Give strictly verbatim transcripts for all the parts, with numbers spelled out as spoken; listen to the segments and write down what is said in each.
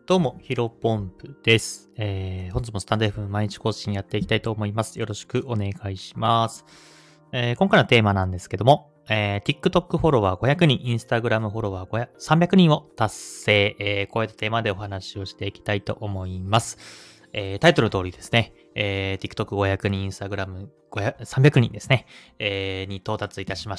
どうも、ヒロポンプです。えー、本日もスタンド エフエム 毎日更新やっていきたいと思います。よろしくお願いします。えー、今回のテーマなんですけども、えー、TikTok フォロワーごひゃくにん、Instagram フォロワーさんびゃくにんを達成、えー、こういったテーマでお話をしていきたいと思います。えー、タイトルの通りですね、えー、TikTokごひゃくにん、Instagram さんびゃくにんですね、えー、に到達いたしました。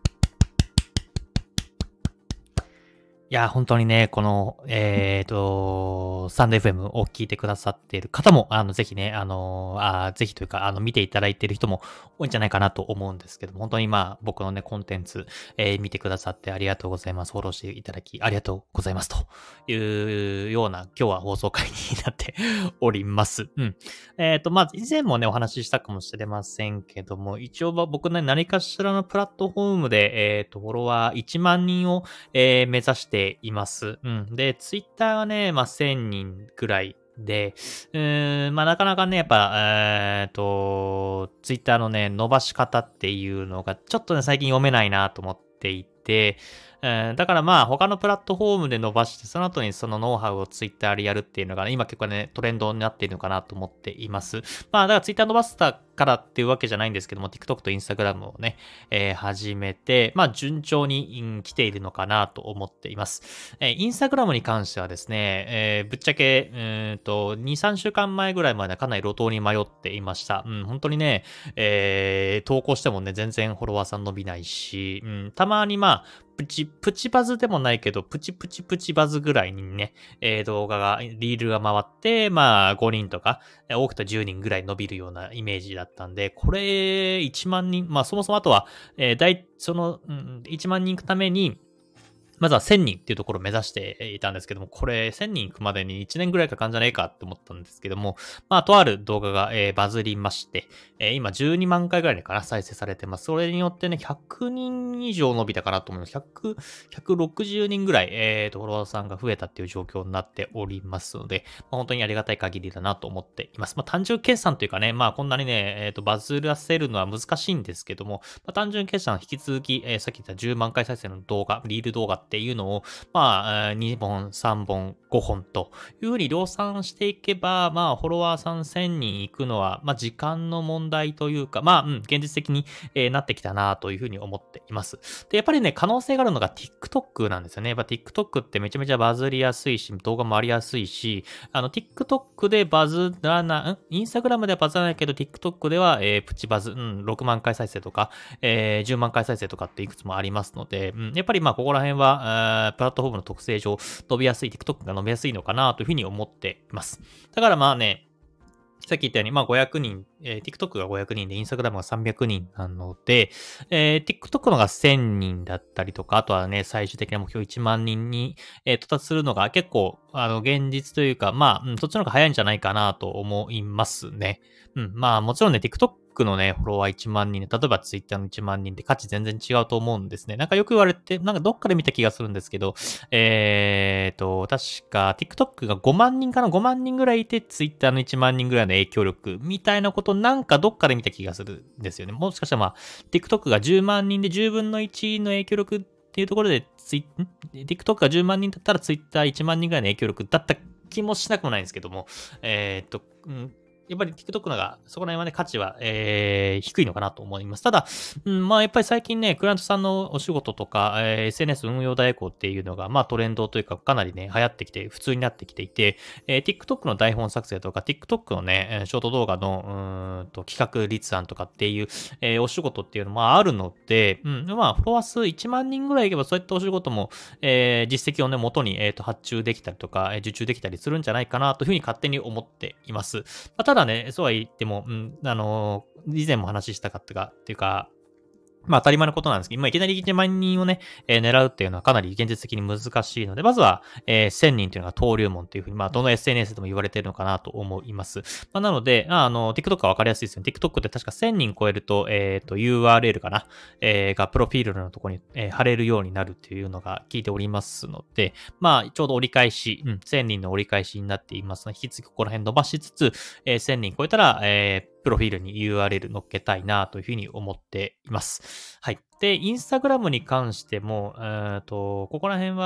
いや、本当にね、この、えっと、スタンド エフエム を聞いてくださっている方も、あの、ぜひね、あの、あぜひというか、あの、見ていただいている人も多いんじゃないかなと思うんですけども、本当にまあ、僕のね、コンテンツ、えー見てくださってありがとうございます。フォローしていただき、ありがとうございます。というような、今日は放送回になっております。うん。えっと、まあ、以前もね、お話ししたかもしれませんけども、一応は僕ね、何かしらのプラットフォームで、えっと、フォロワーいちまんにんをえー目指しています。うん。で、ツイッターはね、まあ、せんにんくらいで、うーん、まあ、なかなかね、やっぱ、えーっと、ツイッターのね、伸ばし方っていうのが、ちょっとね、最近読めないなと思っていて、えーだからまあ、他のプラットフォームで伸ばして、その後にそのノウハウをツイッターでやるっていうのが、ね、今結構ね、トレンドになっているのかなと思っています。まあ、だからツイッター伸ばしたからっていうわけじゃないんですけども、TikTok と Instagram をね、えー始めて、まあ、順調に、うん来ているのかなと思っています。えー、インスタグラムに関してはですね、えーぶっちゃけ、うーんと、に、さんしゅうかんまえぐらいまではかなり路頭に迷っていました。うん、本当にね、えー投稿してもね、全然フォロワーさん伸びないし、うん、たまにまあ、プチ、プチバズでもないけど、プチプチプチバズぐらいにね、えー動画が、リールが回って、まあ、ごにんとか、え多くてじゅうにんぐらい伸びるようなイメージだったんで、これ、いちまんにん、まあ、そもそもあとは、えー、大、その、うん、いちまんにん行くために、まずはせんにんっていうところを目指していたんですけども、これせんにん行くまでにいちねんぐらいかかんじゃねえかって思ったんですけども、まあ、とある動画が、えーバズりまして、えー今じゅうにまんかいぐらいかな、再生されてます。それによってね、ひゃくにん以上伸びたかなと思います。ひゃく、ひゃくろくじゅうにんぐらい、えーと、フォロワーさんが増えたっていう状況になっておりますので、まあ、本当にありがたい限りだなと思っています。まあ、単純計算というかね、まあ、こんなにね、えーと、バズらせるのは難しいんですけども、まあ、単純計算引き続き、えーさっき言ったじゅうまんかい再生の動画、リール動画っていうのを、まあ、にほん、さんぼん、ごほんというふうに量産していけば、まあ、フォロワーさんせんにん行くのは、まあ、時間の問題というか、まあ、うん、現実的に、えーなってきたなというふうに思っています。で、やっぱりね、可能性があるのが TikTok なんですよね。やっぱ TikTok ってめちゃめちゃバズりやすいし、動画もありやすいし、あの、TikTok でバズらな、ん ?Instagram ではバズらないけど、TikTok では、えープチバズ、うん、ろくまんかい再生とか、えーじゅうまんかい再生とかっていくつもありますので、うん、やっぱりまあ、ここら辺は、あープラットフォームの特性上、伸びやすい、TikTok が伸びやすいのかなというふうに思っています。だからまあね、さっき言ったように、まあごひゃくにん、えー TikTok がごひゃくにんで、Instagram がさんびゃくにんなので、えー TikTok のがせんにんだったりとか、あとはね、最終的な目標いちまんにんに、えー到達するのが結構、あの、現実というか、まあ、うん、そっちの方が早いんじゃないかなと思いますね。うん、まあもちろんね、TikTok のね、フォロワーいちまんにんで、例えば Twitter のいちまんにんで価値全然違うと思うんですね。なんかよく言われて、なんかどっかで見た気がするんですけど、えーと、確か TikTok がごまんにんかな ?ご 万人ぐらいいて Twitter のいちまんにんぐらいの影響力みたいなことなんかどっかで見た気がするんですよね。もしかしたらまあ TikTok がじゅうまんにんでじゅうぶんのいちの影響力っていうところでツイ、ん ?TikTok がじゅうまんにんだったら Twitterいちまんにんぐらいの影響力だった気もしなくもないんですけども、えーと、うんやっぱり TikTok のが、そこら辺はね、価値は、えー、低いのかなと思います。ただ、うん、まあ、やっぱり最近ね、クライアントさんのお仕事とか、えー エスエヌエス 運用代行っていうのが、まあ、トレンドというか、かなりね、流行ってきて、普通になってきていて、えー TikTok の台本作成とか、TikTok のね、えーショート動画の、うーんと、企画立案とかっていう、えーお仕事っていうのもあるので、うん、まあ、フォロワー数いちまんにんぐらいいけば、そういったお仕事も、えー実績をね、元に、えーと、発注できたりとか、えー受注できたりするんじゃないかな、というふうに勝手に思っています。まあ、ただね、そうは言っても、うん、あのー以前も話したかったかっていうか、まあ当たり前のことなんですけど、今いきなりいちまん人をね、えー狙うっていうのはかなり現実的に難しいので、まずは、えーせんにんというのが登竜門というふうに、まあどの エスエヌエス でも言われているのかなと思います。まあなので、ああの、TikTok はわかりやすいですよね。TikTok って確かせんにん超えると、えっ、と、ユーアールエル かな、えーがプロフィールのところに、えー貼れるようになるっていうのが聞いておりますので、まあちょうど折り返し、うん、せんにんの折り返しになっていますので、引き続きここら辺伸ばしつつ、えーせんにん超えたら、えープロフィールに ユーアールエル 載っけたいなというふうに思っています。はい。で、インスタグラムに関しても、えーと、ここら辺は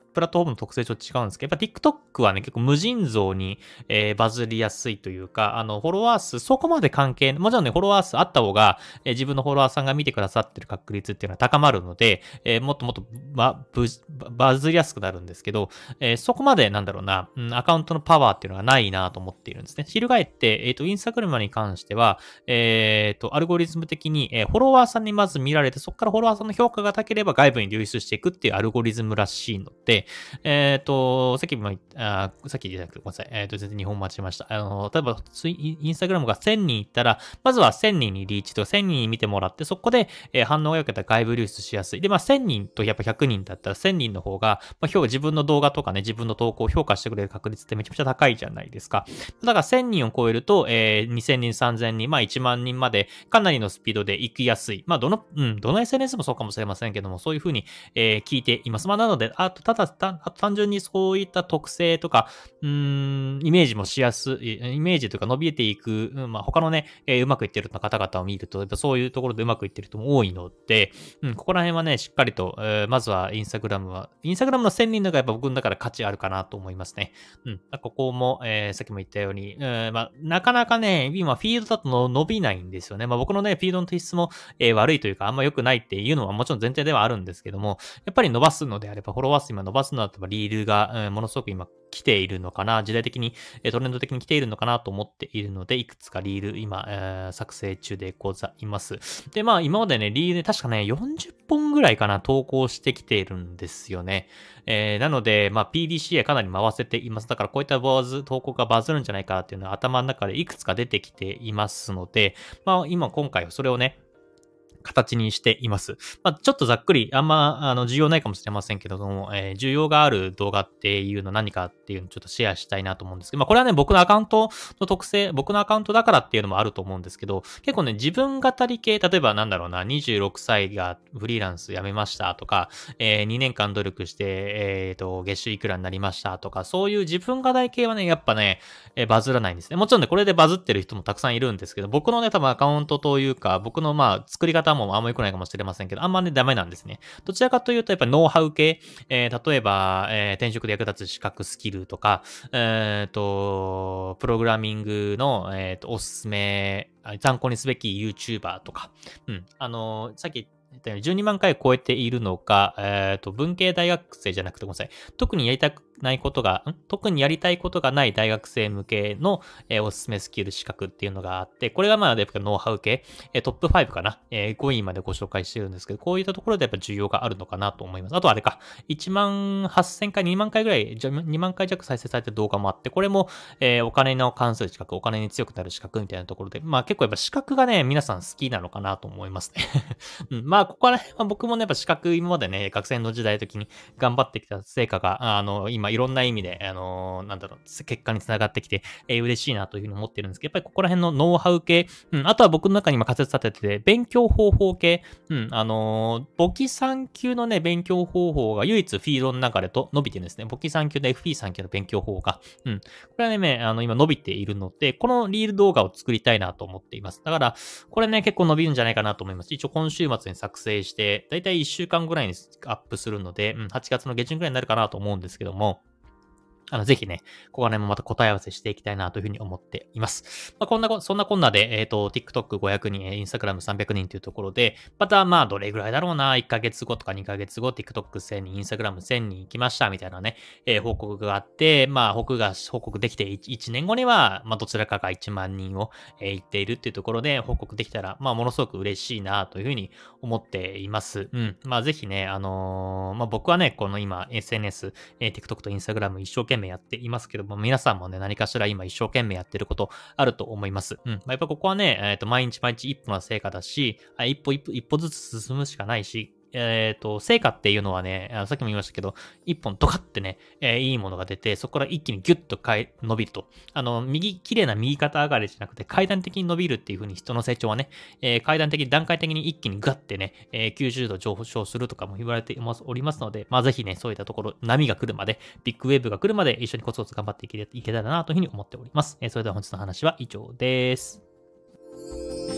プラットフォームの特性と違うんですけど、やっぱ TikTok はね、結構無尽蔵に、えーバズりやすいというか、あの、フォロワー数、そこまで関係、もちろんね、フォロワー数あった方が、えー自分のフォロワーさんが見てくださってる確率っていうのは高まるので、えーもっともっとバブバズりやすくなるんですけど、えーそこまでなんだろうな、うん、アカウントのパワーっていうのがないなと思っているんですね。翻って、えっ、と、インスタグラムに関しては、えっ、と、アルゴリズム的に、えーフォロワーさんにまず見られて、そこからフォロワーさんの評価が高ければ外部に流出していくっていうアルゴリズムらしいので、えっ、と、さっきも言った、あさっきじゃなくてごめんなさい。えっ、と、全然日本待ちました。あの、例えばツイ、インスタグラムがせんにんいったら、まずはせんにんにリーチとかせんにんに見てもらって、そこで、えー反応が良けたら外部流出しやすい。で、まあ、せんにんとやっぱひゃくにんだったらせんにんの方が、まあ、評自分の動画とかね、自分の投稿を評価してくれる確率ってめちゃくちゃ高いじゃないですか。だからせんにんを超えると、えーにせんにん、さんぜんにん、まあいちまん人までかなりのスピードで行きやすい。まあ、どの、うん、どの エスエヌエス もそうかもしれませんけども、そういうふうに、えー聞いています。まあ、なので、あと、ただ、たあと単純にそういった特性とか、うーん、イメージもしやすい、イメージというか伸びていく、うんまあ、他のね、えーうまくいってる方々を見ると、やっぱそういうところでうまくいってる人も多いので、うん、ここら辺はね、しっかりと、えーまずはインスタグラムは、インスタグラムのせんにんのがやっぱ僕の中で価値あるかなと思いますね。うん。ここも、えーさっきも言ったように、えーまあ、なかなかね、今フィードだとの伸びないんですよね。まあ、僕のね、フィードの体質も、えー悪いというか、あんま良くないっていうのはもちろん前提ではあるんですけども、やっぱり伸ばすのであれば、フォロワー数今伸ばすのだとリールが、うんものすごく今来ているのかな、時代的に、えートレンド的に来ているのかなと思っているので、いくつかリール今、えー作成中でございます。で、まあ今までね、リールで確かね、よんじゅっぽんぐらいかな、投稿してきているんですよね。えーなので、まあ ピーディーシー はかなり回せています。だからこういったバズ、投稿がバズるんじゃないかっていうのは頭の中でいくつか出てきていますので、まあ今今回はそれをね、形にしています。まあ、ちょっとざっくり、あんま、あの、需要ないかもしれませんけれども、えー需要がある動画っていうのは何かっていうのをちょっとシェアしたいなと思うんですけど、まあ、これはね、僕のアカウントの特性、僕のアカウントだからっていうのもあると思うんですけど、結構ね、自分語り系、例えばなんだろうな、にじゅうろくさいがフリーランス辞めましたとか、えーにねんかん努力して、えっと、月収いくらになりましたとか、そういう自分語り系はね、やっぱね、えーバズらないんですね。もちろんね、これでバズってる人もたくさんいるんですけど、僕のね、多分アカウントというか、僕のまあ、作り方もあんま良くないかもしれませんけど、あんまね、ダメなんですね。どちらかというと、やっぱりノウハウ系、えー例えば、えー転職で役立つ資格スキルとか、えっと、プログラミングの、えっと、おすすめ、あ参考にすべき YouTuber とか、うん、あのーさっき言ったようにじゅうにまん回超えているのか、えっと、文系大学生じゃなくてごめんなさい。特にやりたくないことが、ん特にやりたいことがない大学生向けの、えーおすすめスキル資格っていうのがあって、これがまあ、やっぱノウハウ系、えートップファイブかな、えーごいまでご紹介してるんですけど、こういったところでやっぱ需要があるのかなと思います。あとあれか、いちまんはっせん回、にまん回ぐらい、じゃにまん回弱再生されてる動画もあって、これも、えーお金の関する資格、お金に強くなる資格みたいなところで、まあ結構やっぱ資格がね、皆さん好きなのかなと思いますね。うん、まあ、ここら辺は僕もね、やっぱ資格今までね、学生の時代的に頑張ってきた成果が、あの、今いろんな意味で、あの、なんだろう、結果につながってきて、えー嬉しいなというふうに思ってるんですけど、やっぱりここら辺のノウハウ系、うん、あとは僕の中に今仮説立ててて、勉強方法系、うん、あのー、簿記さん級のね、勉強方法が唯一フィードの中でと伸びてるんですね。簿記さん級で エフピーさん級の勉強方法が。うん。これはね、あの、今伸びているので、このリール動画を作りたいなと思っています。だから、これね、結構伸びるんじゃないかなと思います。一応今週末に作成して、だいたいいっしゅうかんぐらいにアップするので、うん、はちがつの下旬ぐらいになるかなと思うんですけども、あの、ぜひね、ここら辺もまた答え合わせしていきたいなというふうに思っています。まあ、こんなこ、そんなこんなで、えっ、と、TikTokごひゃくにん、えー Instagram さんびゃくにんというところで、またまあ、どれぐらいだろうな、いっかげつごとかにかげつご、TikTokせんにん、Instagram せんにん行きました、みたいなね、えー報告があって、まあ、報告が、報告できていち、いちねんごには、まあ、どちらかがいちまん人を、えー、行っているっていうところで、報告できたら、まあ、ものすごく嬉しいな、というふうに思っています。うん。まあ、ぜひね、あのーまあ、僕はね、この今、エスエヌエス、えー TikTok と Instagram 一生懸命やっていますけども、皆さんもね、何かしら今一生懸命やってることあると思います。うん。まあ、やっぱここはね、えっと、毎日毎日一歩の成果だし、あ一歩一歩、一歩ずつ進むしかないし、えっと、成果っていうのはね、あのさっきも言いましたけど、一本ドカってね、えーいいものが出て、そこから一気にギュッとかい伸びると。あの、右、綺麗な右肩上がりじゃなくて、階段的に伸びるっていう風に人の成長はね、えー階段的に、段階的に一気にガッてね、えーきゅうじゅうど上昇するとかも言われておりますので、まあぜひね、そういったところ、波が来るまで、ビッグウェーブが来るまで一緒にコツコツ頑張っていけいけたらなというふうに思っております。えーそれでは本日の話は以上です。